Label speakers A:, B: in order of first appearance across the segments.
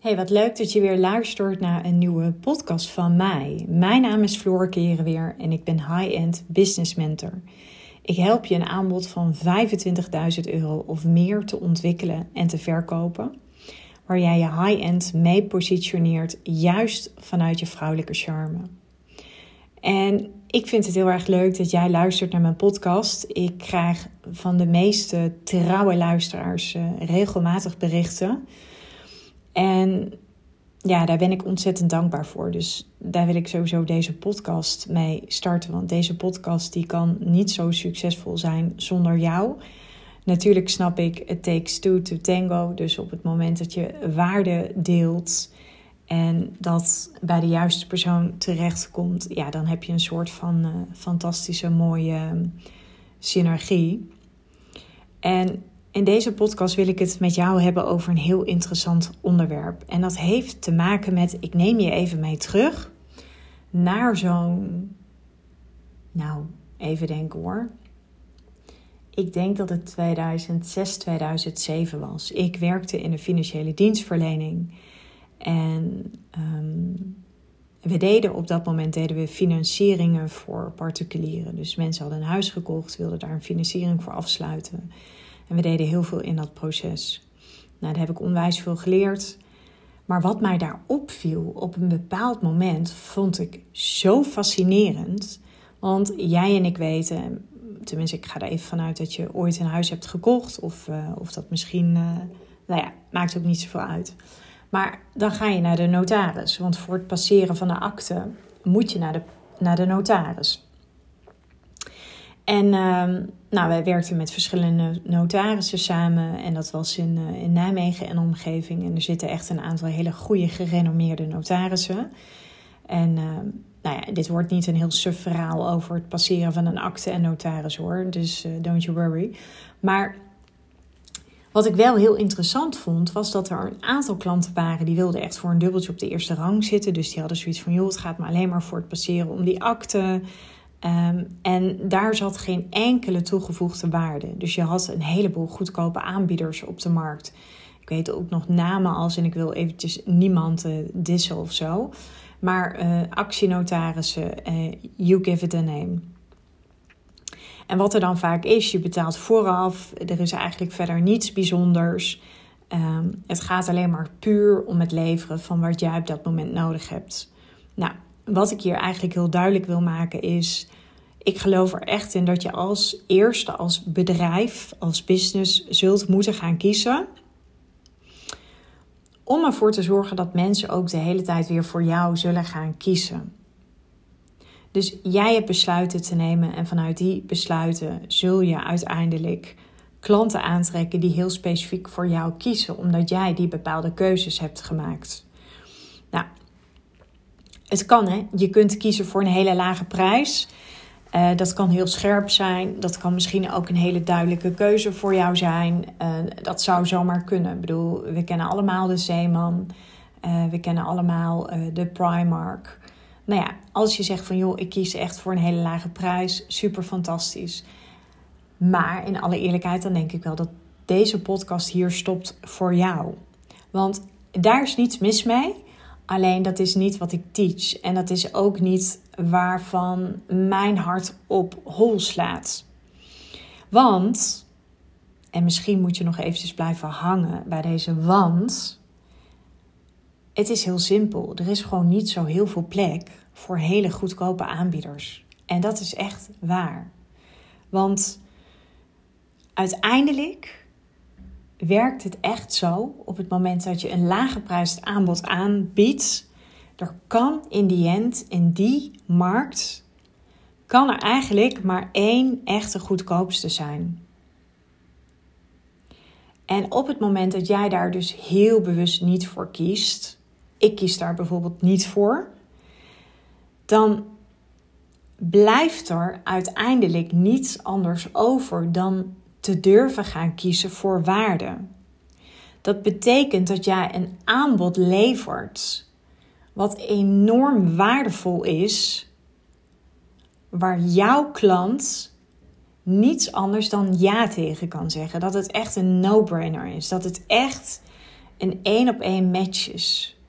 A: Hey, wat leuk dat je weer luistert naar een nieuwe podcast van mij. Mijn naam is Floor Kerenweer en ik ben high-end business mentor. Ik help je een aanbod van €25.000 of meer te ontwikkelen en te verkopen, waar jij je high-end mee positioneert, juist vanuit je vrouwelijke charme. En ik vind het heel erg leuk dat jij luistert naar mijn podcast. Ik krijg van de meeste trouwe luisteraars regelmatig berichten. En ja, daar ben ik ontzettend dankbaar voor. Dus daar wil ik sowieso deze podcast mee starten. Want deze podcast die kan niet zo succesvol zijn zonder jou. Natuurlijk snap ik, it takes two to tango. Dus op het moment dat je waarde deelt en dat bij de juiste persoon terechtkomt, ja, dan heb je een soort van fantastische, mooie synergie. En in deze podcast wil ik het met jou hebben over een heel interessant onderwerp. En dat heeft te maken met, ik neem je even mee terug naar zo'n, even denken hoor. Ik denk dat het 2006, 2007 was. Ik werkte in de financiële dienstverlening. En op dat moment deden we financieringen voor particulieren. Dus mensen hadden een huis gekocht, wilden daar een financiering voor afsluiten. En we deden heel veel in dat proces. Nou, daar heb ik onwijs veel geleerd. Maar wat mij daar opviel op een bepaald moment, vond ik zo fascinerend. Want jij en ik weten, tenminste ik ga er even vanuit dat je ooit een huis hebt gekocht. Of dat misschien, maakt ook niet zoveel uit. Maar dan ga je naar de notaris. Want voor het passeren van de akte moet je naar de notaris. En wij werkten met verschillende notarissen samen. En dat was in Nijmegen en omgeving. En er zitten echt een aantal hele goede, gerenommeerde notarissen. En dit wordt niet een heel suf verhaal over het passeren van een akte en notaris hoor. Dus don't you worry. Maar wat ik wel heel interessant vond, was dat er een aantal klanten waren die wilden echt voor een dubbeltje op de eerste rang zitten. Dus die hadden zoiets van, het gaat me alleen maar voor het passeren om die akte. En daar zat geen enkele toegevoegde waarde. Dus je had een heleboel goedkope aanbieders op de markt. Ik weet ook nog namen als, en ik wil eventjes niemand dissen of zo. Maar actienotarissen, you give it a name. En wat er dan vaak is, je betaalt vooraf. Er is eigenlijk verder niets bijzonders. Het gaat alleen maar puur om het leveren van wat jij op dat moment nodig hebt. Nou, wat ik hier eigenlijk heel duidelijk wil maken is, ik geloof er echt in dat je als eerste, als bedrijf, als business zult moeten gaan kiezen om ervoor te zorgen dat mensen ook de hele tijd weer voor jou zullen gaan kiezen. Dus jij hebt besluiten te nemen en vanuit die besluiten zul je uiteindelijk klanten aantrekken die heel specifiek voor jou kiezen, omdat jij die bepaalde keuzes hebt gemaakt. Nou, het kan hè, je kunt kiezen voor een hele lage prijs. Dat kan heel scherp zijn. Dat kan misschien ook een hele duidelijke keuze voor jou zijn. Dat zou zomaar kunnen. Ik bedoel, we kennen allemaal de Zeeman. We kennen allemaal de Primark. Nou ja, als je zegt van ik kies echt voor een hele lage prijs. Super fantastisch. Maar in alle eerlijkheid, dan denk ik wel dat deze podcast hier stopt voor jou. Want daar is niets mis mee. Alleen dat is niet wat ik teach. En dat is ook niet waarvan mijn hart op hol slaat. Want, en misschien moet je nog eventjes blijven hangen bij deze want. Het is heel simpel. Er is gewoon niet zo heel veel plek voor hele goedkope aanbieders. En dat is echt waar. Want uiteindelijk werkt het echt zo op het moment dat je een lage prijs aanbod aanbiedt. Er kan in die markt, kan er eigenlijk maar één echte goedkoopste zijn. En op het moment dat jij daar dus heel bewust niet voor kiest, ik kies daar bijvoorbeeld niet voor, dan blijft er uiteindelijk niets anders over dan te durven gaan kiezen voor waarde. Dat betekent dat jij een aanbod levert wat enorm waardevol is, waar jouw klant niets anders dan ja tegen kan zeggen. Dat het echt een no-brainer is. Dat het echt een 1-op-1 matches.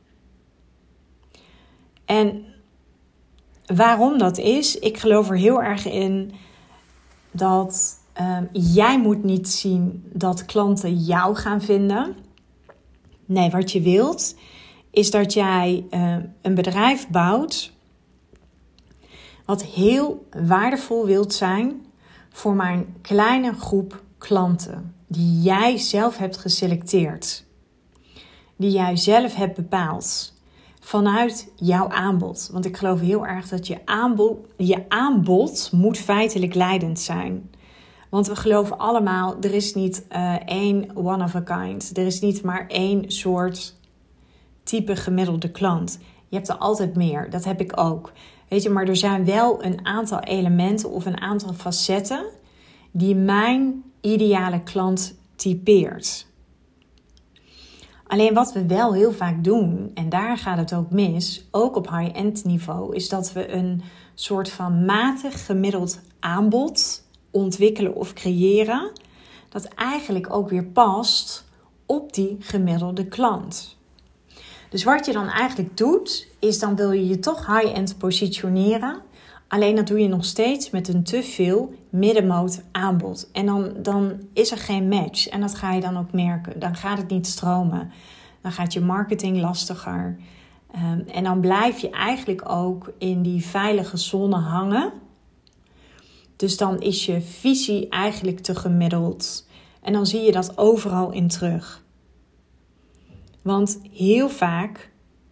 A: En waarom dat is, ik geloof er heel erg in dat jij moet niet zien dat klanten jou gaan vinden. Nee, wat je wilt is dat jij een bedrijf bouwt wat heel waardevol wilt zijn voor maar een kleine groep klanten die jij zelf hebt geselecteerd. Die jij zelf hebt bepaald vanuit jouw aanbod. Want ik geloof heel erg dat je aanbod moet feitelijk leidend zijn. Want we geloven allemaal, er is niet één one of a kind. Er is niet maar één soort type gemiddelde klant. Je hebt er altijd meer, dat heb ik ook. Weet je, maar er zijn wel een aantal elementen of een aantal facetten die mijn ideale klant typeert. Alleen wat we wel heel vaak doen, en daar gaat het ook mis, ook op high-end niveau, is dat we een soort van matig gemiddeld aanbod ontwikkelen of creëren, dat eigenlijk ook weer past op die gemiddelde klant. Dus wat je dan eigenlijk doet, is dan wil je je toch high-end positioneren. Alleen dat doe je nog steeds met een te veel middenmoot aanbod. En dan is er geen match. En dat ga je dan ook merken. Dan gaat het niet stromen. Dan gaat je marketing lastiger. En dan blijf je eigenlijk ook in die veilige zone hangen. Dus dan is je visie eigenlijk te gemiddeld. En dan zie je dat overal in terug. Want heel vaak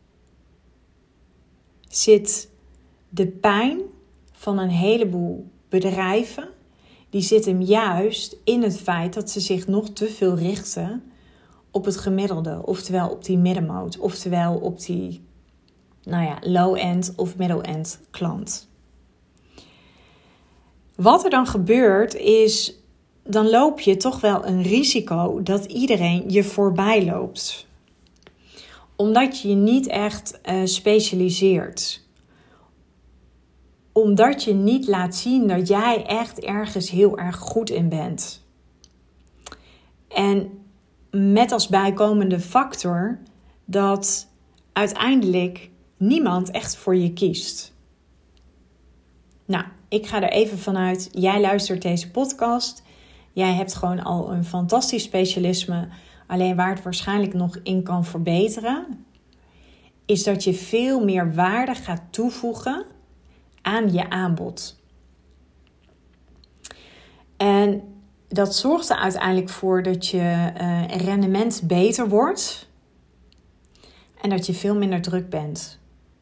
A: zit de pijn van een heleboel bedrijven, die zit hem juist in het feit dat ze zich nog te veel richten op het gemiddelde. Oftewel op die middenmoot. Oftewel op die low-end of middle-end klant. Wat er dan gebeurt is, dan loop je toch wel een risico dat iedereen je voorbij loopt. Omdat je je niet echt specialiseert. Omdat je niet laat zien dat jij echt ergens heel erg goed in bent. En met als bijkomende factor dat uiteindelijk niemand echt voor je kiest. Nou, ik ga er even vanuit, jij luistert deze podcast. Jij hebt gewoon al een fantastisch specialisme. Alleen waar het waarschijnlijk nog in kan verbeteren, is dat je veel meer waarde gaat toevoegen aan je aanbod. En dat zorgt er uiteindelijk voor dat je rendement beter wordt en dat je veel minder druk bent.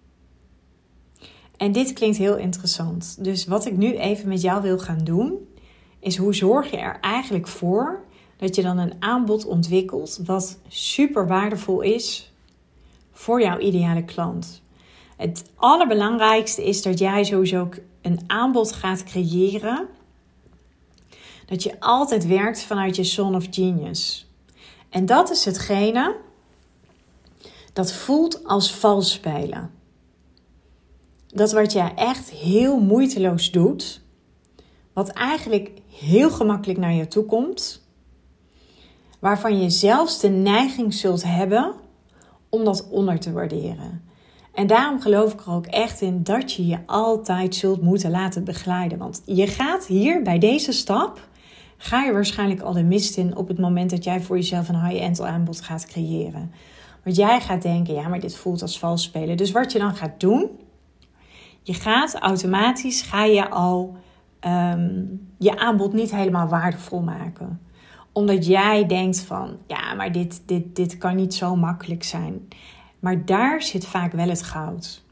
A: En dit klinkt heel interessant. Dus wat ik nu even met jou wil gaan doen, is hoe zorg je er eigenlijk voor dat je dan een aanbod ontwikkelt wat super waardevol is voor jouw ideale klant. Het allerbelangrijkste is dat jij sowieso ook een aanbod gaat creëren. Dat je altijd werkt vanuit je zone of genius. En dat is hetgene dat voelt als vals spelen. Dat wat jij echt heel moeiteloos doet, wat eigenlijk heel gemakkelijk naar je toe komt, waarvan je zelfs de neiging zult hebben om dat onder te waarderen. En daarom geloof ik er ook echt in dat je je altijd zult moeten laten begeleiden. Want je gaat hier bij deze stap, ga je waarschijnlijk al de mist in op het moment dat jij voor jezelf een high-end aanbod gaat creëren. Want jij gaat denken, ja, maar dit voelt als vals spelen. Dus wat je dan gaat doen, je gaat automatisch, al je aanbod niet helemaal waardevol maken. Omdat jij denkt van, ja, maar dit kan niet zo makkelijk zijn. Maar daar zit vaak wel het goud.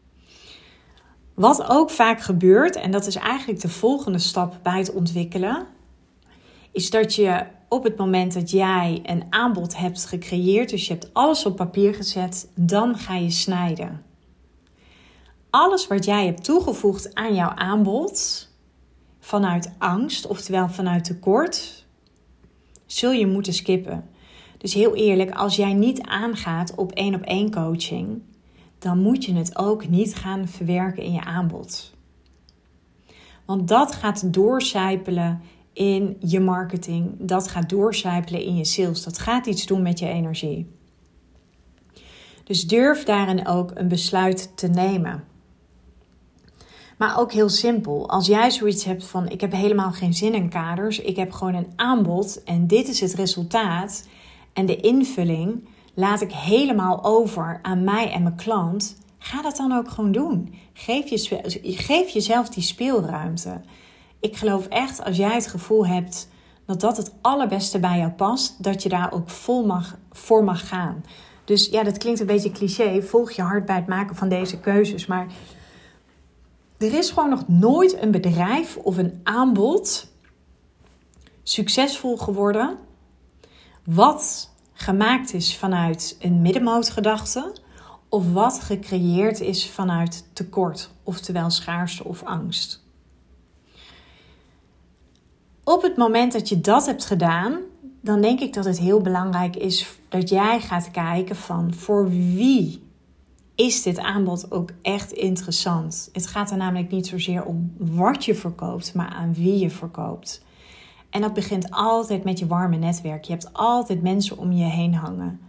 A: Wat ook vaak gebeurt, en dat is eigenlijk de volgende stap bij het ontwikkelen, is dat je op het moment dat jij een aanbod hebt gecreëerd, dus je hebt alles op papier gezet, dan ga je snijden. Alles wat jij hebt toegevoegd aan jouw aanbod, vanuit angst, oftewel vanuit tekort, zul je moeten skippen. Dus heel eerlijk, als jij niet aangaat op 1-op-1 coaching, dan moet je het ook niet gaan verwerken in je aanbod. Want dat gaat doorcijpelen in je marketing. Dat gaat doorcijpelen in je sales. Dat gaat iets doen met je energie. Dus durf daarin ook een besluit te nemen. Maar ook heel simpel. Als jij zoiets hebt van ik heb helemaal geen zin in kaders. Ik heb gewoon een aanbod en dit is het resultaat. En de invulling laat ik helemaal over aan mij en mijn klant. Ga dat dan ook gewoon doen. Geef jezelf die speelruimte. Ik geloof echt als jij het gevoel hebt dat dat het allerbeste bij jou past. Dat je daar ook voor mag gaan. Dus ja, dat klinkt een beetje cliché. Volg je hart bij het maken van deze keuzes. Maar er is gewoon nog nooit een bedrijf of een aanbod succesvol geworden wat gemaakt is vanuit een middenmootgedachte of wat gecreëerd is vanuit tekort, oftewel schaarste of angst. Op het moment dat je dat hebt gedaan, dan denk ik dat het heel belangrijk is dat jij gaat kijken van voor wie is dit aanbod ook echt interessant. Het gaat er namelijk niet zozeer om wat je verkoopt, maar aan wie je verkoopt. En dat begint altijd met je warme netwerk. Je hebt altijd mensen om je heen hangen.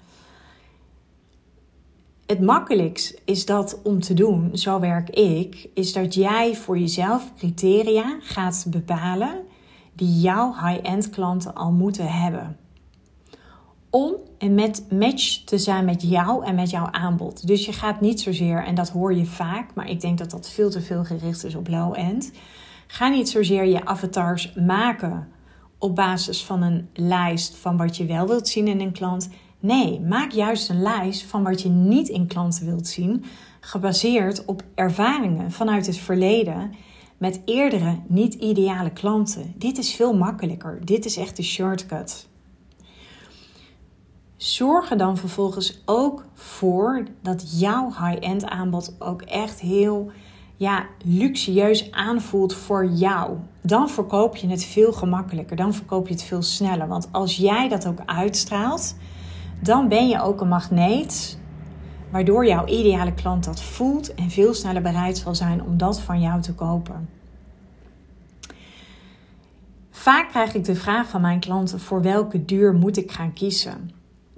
A: Het makkelijkst is dat om te doen, zo werk ik, is dat jij voor jezelf criteria gaat bepalen die jouw high-end klanten al moeten hebben. Om een match te zijn met jou en met jouw aanbod. Dus je gaat niet zozeer, en dat hoor je vaak, maar ik denk dat dat veel te veel gericht is op low-end. Ga niet zozeer je avatars maken op basis van een lijst van wat je wel wilt zien in een klant. Nee, maak juist een lijst van wat je niet in klanten wilt zien, gebaseerd op ervaringen vanuit het verleden met eerdere niet-ideale klanten. Dit is veel makkelijker. Dit is echt de shortcut. Zorg er dan vervolgens ook voor dat jouw high-end aanbod ook echt heel luxueus aanvoelt voor jou. Dan verkoop je het veel gemakkelijker. Dan verkoop je het veel sneller. Want als jij dat ook uitstraalt, dan ben je ook een magneet, waardoor jouw ideale klant dat voelt en veel sneller bereid zal zijn om dat van jou te kopen. Vaak krijg ik de vraag van mijn klanten: voor welke duur moet ik gaan kiezen?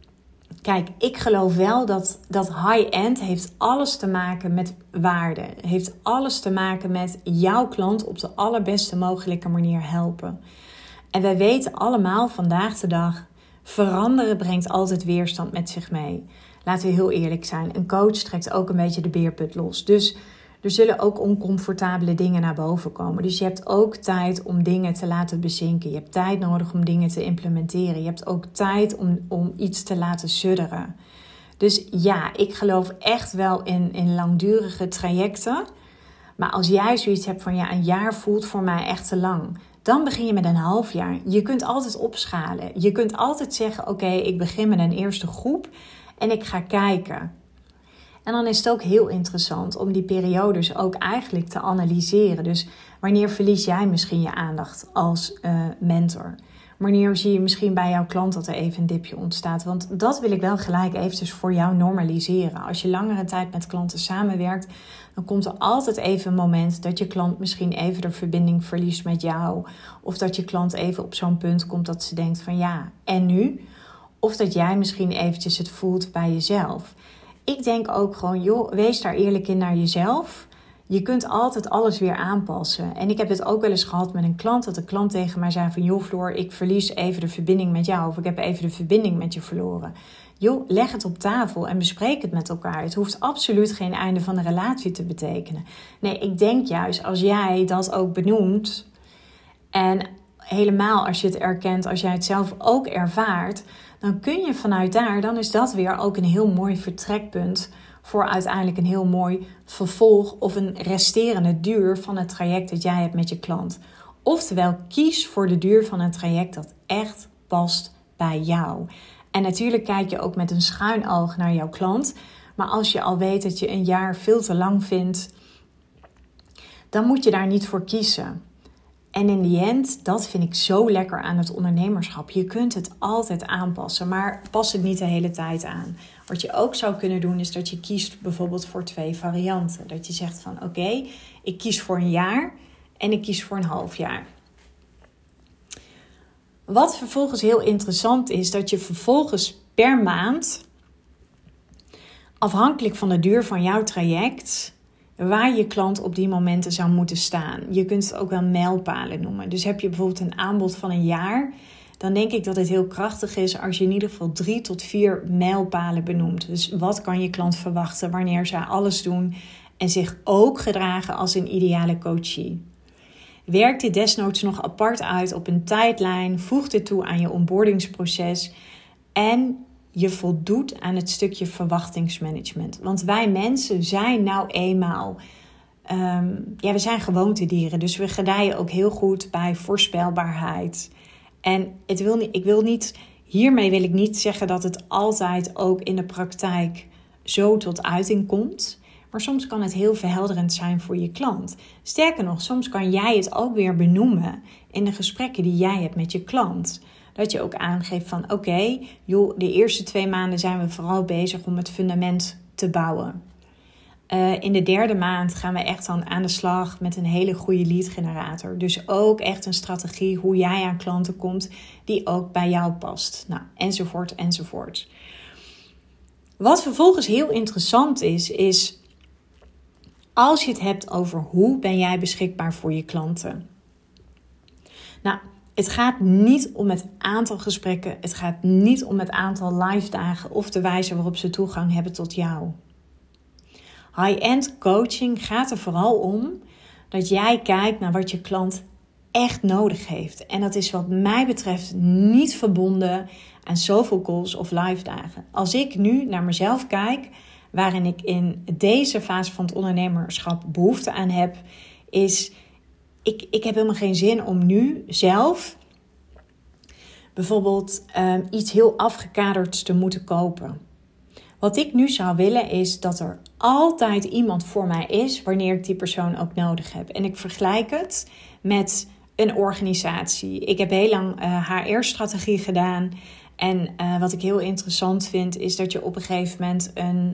A: Kijk, ik geloof wel dat high-end heeft alles te maken met waarde. Heeft alles te maken met jouw klant op de allerbeste mogelijke manier helpen. En wij weten allemaal vandaag de dag, veranderen brengt altijd weerstand met zich mee. Laten we heel eerlijk zijn, een coach trekt ook een beetje de beerput los. Dus er zullen ook oncomfortabele dingen naar boven komen. Dus je hebt ook tijd om dingen te laten bezinken. Je hebt tijd nodig om dingen te implementeren. Je hebt ook tijd om iets te laten sudderen. Dus ja, ik geloof echt wel in langdurige trajecten. Maar als jij zoiets hebt van een jaar voelt voor mij echt te lang, dan begin je met een half jaar. Je kunt altijd opschalen. Je kunt altijd zeggen, oké, ik begin met een eerste groep en ik ga kijken. En dan is het ook heel interessant om die periodes ook eigenlijk te analyseren. Dus wanneer verlies jij misschien je aandacht als mentor? Wanneer zie je misschien bij jouw klant dat er even een dipje ontstaat? Want dat wil ik wel gelijk eventjes voor jou normaliseren. Als je langere tijd met klanten samenwerkt, dan komt er altijd even een moment dat je klant misschien even de verbinding verliest met jou. Of dat je klant even op zo'n punt komt dat ze denkt van en nu? Of dat jij misschien eventjes het voelt bij jezelf. Ik denk ook gewoon, wees daar eerlijk in naar jezelf. Je kunt altijd alles weer aanpassen. En ik heb het ook wel eens gehad met een klant, dat de klant tegen mij zei van, Floor, ik verlies even de verbinding met jou. Of ik heb even de verbinding met je verloren. Leg het op tafel en bespreek het met elkaar. Het hoeft absoluut geen einde van de relatie te betekenen. Nee, ik denk juist, als jij dat ook benoemt, en helemaal als je het erkent, als jij het zelf ook ervaart, dan kun je vanuit daar, dan is dat weer ook een heel mooi vertrekpunt voor uiteindelijk een heel mooi vervolg of een resterende duur van het traject dat jij hebt met je klant. Oftewel, kies voor de duur van een traject dat echt past bij jou. En natuurlijk kijk je ook met een schuin oog naar jouw klant. Maar als je al weet dat je een jaar veel te lang vindt, dan moet je daar niet voor kiezen. En in die end, dat vind ik zo lekker aan het ondernemerschap. Je kunt het altijd aanpassen, maar pas het niet de hele tijd aan. Wat je ook zou kunnen doen, is dat je kiest bijvoorbeeld voor 2 varianten. Dat je zegt van oké, ik kies voor een jaar en ik kies voor een half jaar. Wat vervolgens heel interessant is, dat je vervolgens per maand, afhankelijk van de duur van jouw traject, waar je klant op die momenten zou moeten staan. Je kunt het ook wel mijlpalen noemen. Dus heb je bijvoorbeeld een aanbod van een jaar, dan denk ik dat het heel krachtig is als je in ieder geval 3 tot 4 mijlpalen benoemt. Dus wat kan je klant verwachten wanneer zij alles doen en zich ook gedragen als een ideale coachie. Werk dit desnoods nog apart uit op een tijdlijn, voeg dit toe aan je onboardingsproces en je voldoet aan het stukje verwachtingsmanagement. Want wij mensen zijn nou eenmaal, we zijn gewoontedieren. Dus we gedijen ook heel goed bij voorspelbaarheid. En hiermee wil ik niet zeggen dat het altijd ook in de praktijk zo tot uiting komt. Maar soms kan het heel verhelderend zijn voor je klant. Sterker nog, soms kan jij het ook weer benoemen in de gesprekken die jij hebt met je klant. Dat je ook aangeeft van oké, de eerste 2 maanden zijn we vooral bezig om het fundament te bouwen. In de 3e maand gaan we echt dan aan de slag met een hele goede lead generator. Dus ook echt een strategie hoe jij aan klanten komt die ook bij jou past. Nou, enzovoort, enzovoort. Wat vervolgens heel interessant is als je het hebt over hoe ben jij beschikbaar voor je klanten. Nou, het gaat niet om het aantal gesprekken. Het gaat niet om het aantal live dagen of de wijze waarop ze toegang hebben tot jou. High-end coaching gaat er vooral om dat jij kijkt naar wat je klant echt nodig heeft. En dat is wat mij betreft niet verbonden aan zoveel calls of live dagen. Als ik nu naar mezelf kijk, waarin ik in deze fase van het ondernemerschap behoefte aan heb, is ik heb helemaal geen zin om nu zelf bijvoorbeeld iets heel afgekaderd te moeten kopen. Wat ik nu zou willen is dat er altijd iemand voor mij is wanneer ik die persoon ook nodig heb. En ik vergelijk het met een organisatie. Ik heb heel lang HR-strategie gedaan. En wat ik heel interessant vind is dat je op een gegeven moment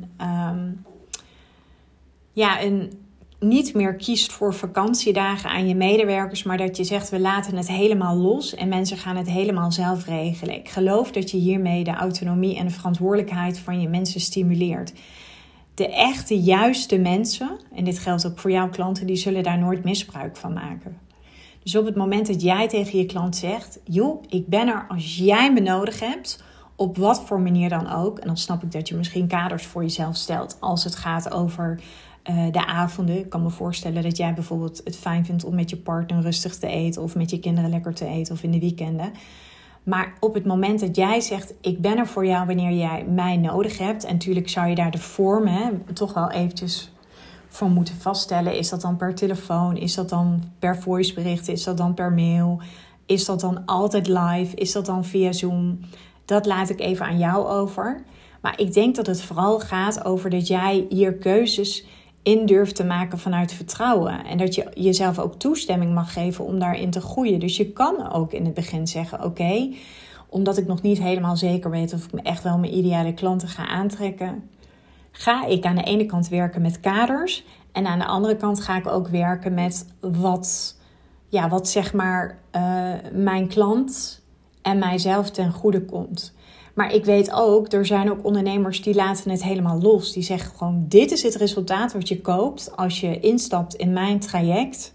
A: niet meer kiest voor vakantiedagen aan je medewerkers, maar dat je zegt we laten het helemaal los en mensen gaan het helemaal zelf regelen. Ik geloof dat je hiermee de autonomie en de verantwoordelijkheid van je mensen stimuleert. De echte juiste mensen, en dit geldt ook voor jouw klanten, die zullen daar nooit misbruik van maken. Dus op het moment dat jij tegen je klant zegt, ik ben er als jij me nodig hebt, op wat voor manier dan ook. En dan snap ik dat je misschien kaders voor jezelf stelt als het gaat over de avonden. Ik kan me voorstellen dat jij bijvoorbeeld het fijn vindt om met je partner rustig te eten of met je kinderen lekker te eten of in de weekenden. Maar op het moment dat jij zegt, ik ben er voor jou wanneer jij mij nodig hebt. En natuurlijk zou je daar de vorm toch wel eventjes voor moeten vaststellen. Is dat dan per telefoon? Is dat dan per voicebericht? Is dat dan per mail? Is dat dan altijd live? Is dat dan via Zoom? Dat laat ik even aan jou over. Maar ik denk dat het vooral gaat over dat jij hier keuzes in durft te maken vanuit vertrouwen. En dat je jezelf ook toestemming mag geven om daarin te groeien. Dus je kan ook in het begin zeggen, oké, omdat ik nog niet helemaal zeker weet of ik me echt wel mijn ideale klanten ga aantrekken, ga ik aan de ene kant werken met kaders. En aan de andere kant ga ik ook werken met wat zeg maar mijn klant en mijzelf ten goede komt. Maar ik weet ook, er zijn ook ondernemers die laten het helemaal los. Die zeggen gewoon, dit is het resultaat wat je koopt als je instapt in mijn traject.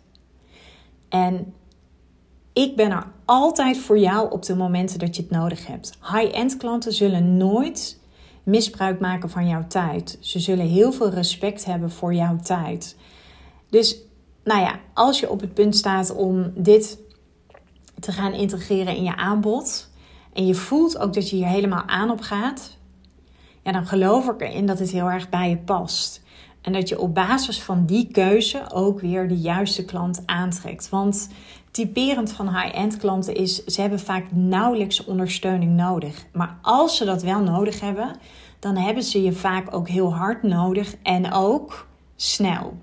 A: En ik ben er altijd voor jou op de momenten dat je het nodig hebt. High-end klanten zullen nooit misbruik maken van jouw tijd. Ze zullen heel veel respect hebben voor jouw tijd. Dus als je op het punt staat om dit te gaan integreren in je aanbod en je voelt ook dat je hier helemaal aan op gaat, dan geloof ik erin dat het heel erg bij je past. En dat je op basis van die keuze ook weer de juiste klant aantrekt. Want typerend van high-end klanten is, ze hebben vaak nauwelijks ondersteuning nodig. Maar als ze dat wel nodig hebben, dan hebben ze je vaak ook heel hard nodig en ook snel.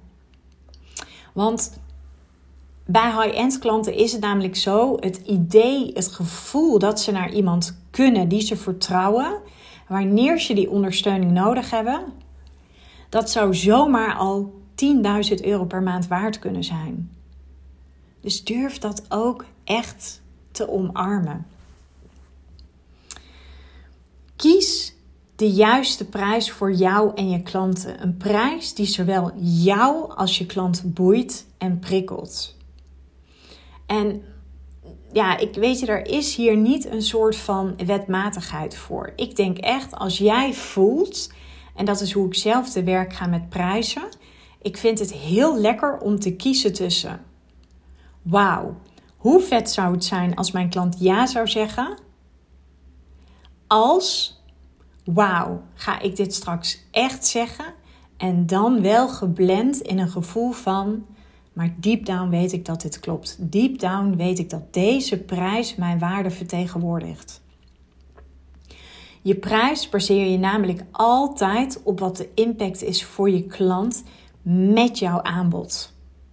A: Want bij high-end klanten is het namelijk zo, het idee, het gevoel dat ze naar iemand kunnen die ze vertrouwen, wanneer ze die ondersteuning nodig hebben, dat zou zomaar al 10.000 euro per maand waard kunnen zijn. Dus durf dat ook echt te omarmen. Kies de juiste prijs voor jou en je klanten. Een prijs die zowel jou als je klant boeit en prikkelt. En ja, ik weet je, er is hier niet een soort van wetmatigheid voor. Ik denk echt, als jij voelt, en dat is hoe ik zelf te werk ga met prijzen. Ik vind het heel lekker om te kiezen tussen: wauw, hoe vet zou het zijn als mijn klant ja zou zeggen? Als: wauw, ga ik dit straks echt zeggen? En dan wel geblend in een gevoel van: maar deep down weet ik dat dit klopt. Deep down weet ik dat deze prijs mijn waarde vertegenwoordigt. Je prijs baseer je namelijk altijd op wat de impact is voor je klant met jouw aanbod.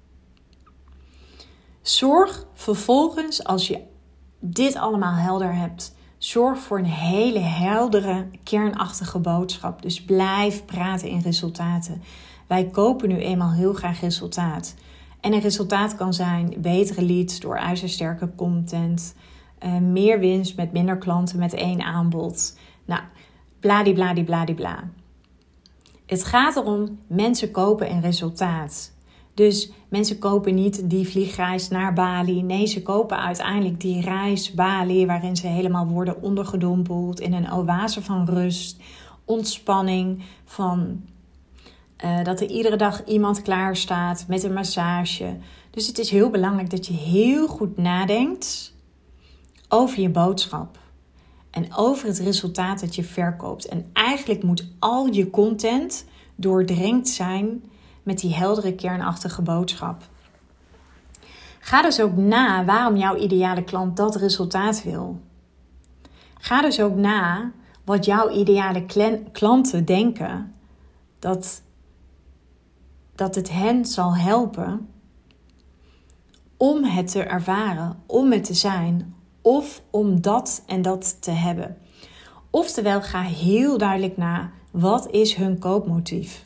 A: Zorg vervolgens, als je dit allemaal helder hebt, zorg voor een hele heldere, kernachtige boodschap. Dus blijf praten in resultaten. Wij kopen nu eenmaal heel graag resultaat. En een resultaat kan zijn betere leads door ijzersterke content, meer winst met minder klanten met 1 aanbod. Nou, bladibladibladibla. Het gaat erom, mensen kopen een resultaat. Dus mensen kopen niet die vliegreis naar Bali. Nee, ze kopen uiteindelijk die reis Bali, waarin ze helemaal worden ondergedompeld in een oase van rust, ontspanning, van dat er iedere dag iemand klaar staat met een massage. Dus het is heel belangrijk dat je heel goed nadenkt over je boodschap. En over het resultaat dat je verkoopt. En eigenlijk moet al je content doordrenkt zijn met die heldere, kernachtige boodschap. Ga dus ook na waarom jouw ideale klant dat resultaat wil. Ga dus ook na wat jouw ideale klanten denken dat het hen zal helpen om het te ervaren, om het te zijn of om dat en dat te hebben. Oftewel, ga heel duidelijk na, wat is hun koopmotief?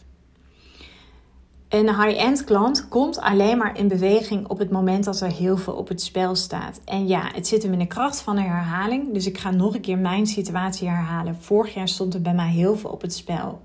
A: Een high-end klant komt alleen maar in beweging op het moment dat er heel veel op het spel staat. En ja, het zit hem in de kracht van de herhaling. Dus ik ga nog een keer mijn situatie herhalen. Vorig jaar stond er bij mij heel veel op het spel.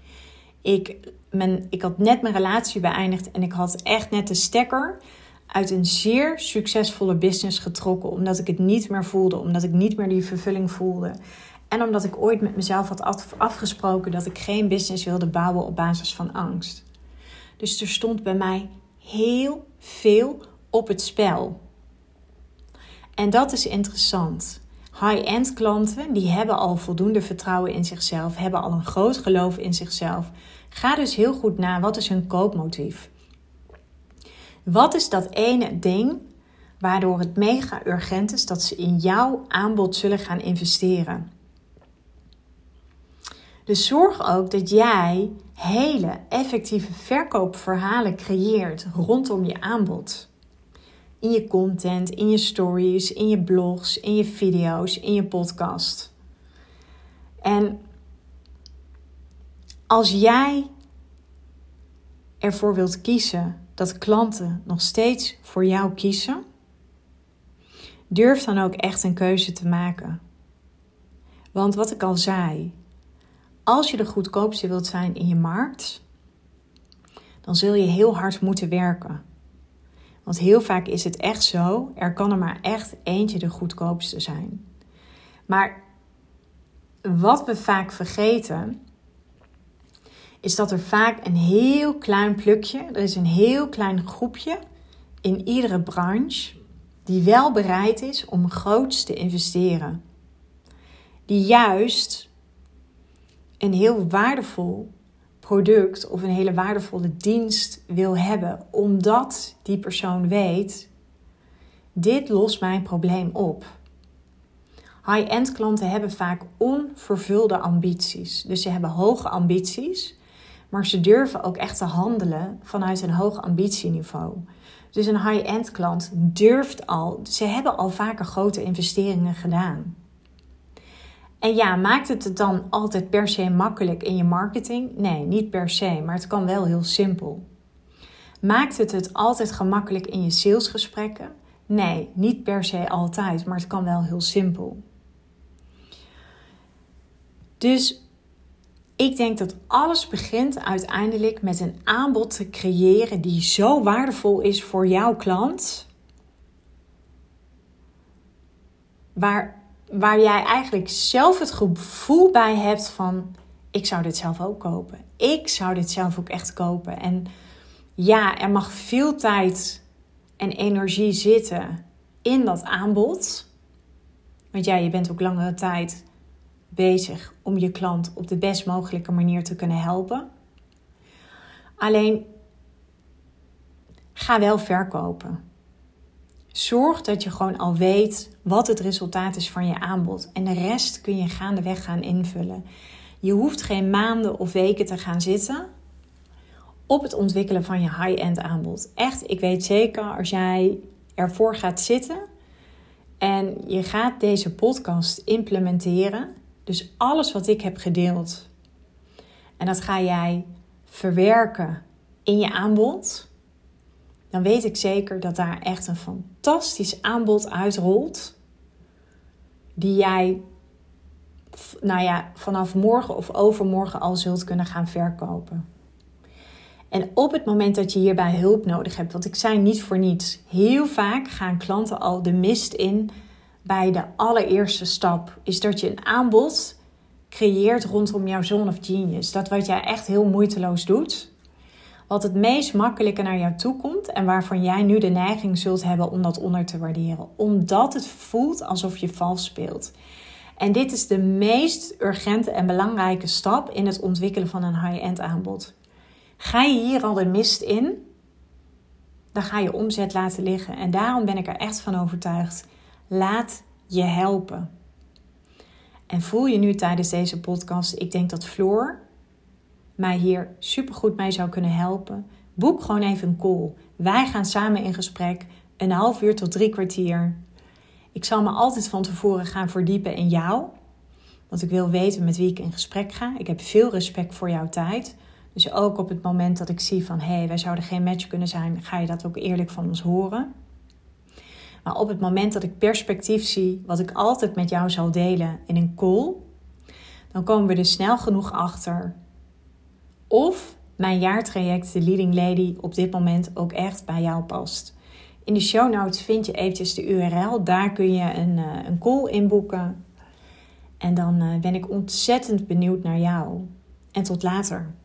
A: Ik had net mijn relatie beëindigd en ik had echt net de stekker uit een zeer succesvolle business getrokken. Omdat ik het niet meer voelde, omdat ik niet meer die vervulling voelde. En omdat ik ooit met mezelf had afgesproken dat ik geen business wilde bouwen op basis van angst. Dus er stond bij mij heel veel op het spel. En dat is interessant. High-end klanten, die hebben al voldoende vertrouwen in zichzelf, hebben al een groot geloof in zichzelf. Ga dus heel goed na, wat is hun koopmotief? Wat is dat ene ding waardoor het mega urgent is dat ze in jouw aanbod zullen gaan investeren? Dus zorg ook dat jij hele effectieve verkoopverhalen creëert rondom je aanbod. In je content, in je stories, in je blogs, in je video's, in je podcast. En als jij ervoor wilt kiezen dat klanten nog steeds voor jou kiezen, durf dan ook echt een keuze te maken. Want wat ik al zei, als je de goedkoopste wilt zijn in je markt, dan zul je heel hard moeten werken. Want heel vaak is het echt zo, er kan er maar echt eentje de goedkoopste zijn. Maar wat we vaak vergeten, is dat er vaak een heel klein plukje, er is een heel klein groepje in iedere branche die wel bereid is om groots te investeren. Die juist een heel waardevol product of een hele waardevolle dienst wil hebben, omdat die persoon weet, dit lost mijn probleem op. High-end klanten hebben vaak onvervulde ambities. Dus ze hebben hoge ambities, maar ze durven ook echt te handelen vanuit een hoog ambitieniveau. Dus een high-end klant durft al, ze hebben al vaker grote investeringen gedaan. En ja, maakt het dan altijd per se makkelijk in je marketing? Nee, niet per se, maar het kan wel heel simpel. Maakt het altijd gemakkelijk in je salesgesprekken? Nee, niet per se altijd, maar het kan wel heel simpel. Dus ik denk dat alles begint uiteindelijk met een aanbod te creëren die zo waardevol is voor jouw klant. Waar jij eigenlijk zelf het gevoel bij hebt van, ik zou dit zelf ook kopen. Ik zou dit zelf ook echt kopen. En ja, er mag veel tijd en energie zitten in dat aanbod. Want ja, je bent ook langere tijd bezig om je klant op de best mogelijke manier te kunnen helpen. Alleen, ga wel verkopen. Zorg dat je gewoon al weet wat het resultaat is van je aanbod. En de rest kun je gaandeweg gaan invullen. Je hoeft geen maanden of weken te gaan zitten op het ontwikkelen van je high-end aanbod. Echt, ik weet zeker, als jij ervoor gaat zitten en je gaat deze podcast implementeren, dus alles wat ik heb gedeeld, en dat ga jij verwerken in je aanbod, dan weet ik zeker dat daar echt een fantastisch aanbod uitrolt, die jij vanaf morgen of overmorgen al zult kunnen gaan verkopen. En op het moment dat je hierbij hulp nodig hebt, want ik zei niet voor niets, heel vaak gaan klanten al de mist in bij de allereerste stap, is dat je een aanbod creëert rondom jouw zone of genius. Dat wat jij echt heel moeiteloos doet, wat het meest makkelijke naar jou toe komt en waarvan jij nu de neiging zult hebben om dat onder te waarderen. Omdat het voelt alsof je vals speelt. En dit is de meest urgente en belangrijke stap in het ontwikkelen van een high-end aanbod. Ga je hier al de mist in, dan ga je omzet laten liggen. En daarom ben ik er echt van overtuigd. Laat je helpen. En voel je nu tijdens deze podcast, ik denk dat Floor mij hier supergoed mee zou kunnen helpen. Boek gewoon even een call. Wij gaan samen in gesprek, 1,5 uur tot 3 kwartier. Ik zal me altijd van tevoren gaan verdiepen in jou. Want ik wil weten met wie ik in gesprek ga. Ik heb veel respect voor jouw tijd. Dus ook op het moment dat ik zie van, wij zouden geen match kunnen zijn, ga je dat ook eerlijk van ons horen. Maar op het moment dat ik perspectief zie, wat ik altijd met jou zal delen in een call, dan komen we er snel genoeg achter of mijn jaartraject, de Leading Lady, op dit moment ook echt bij jou past. In de show notes vind je eventjes de URL. Daar kun je een call inboeken. En dan ben ik ontzettend benieuwd naar jou. En tot later.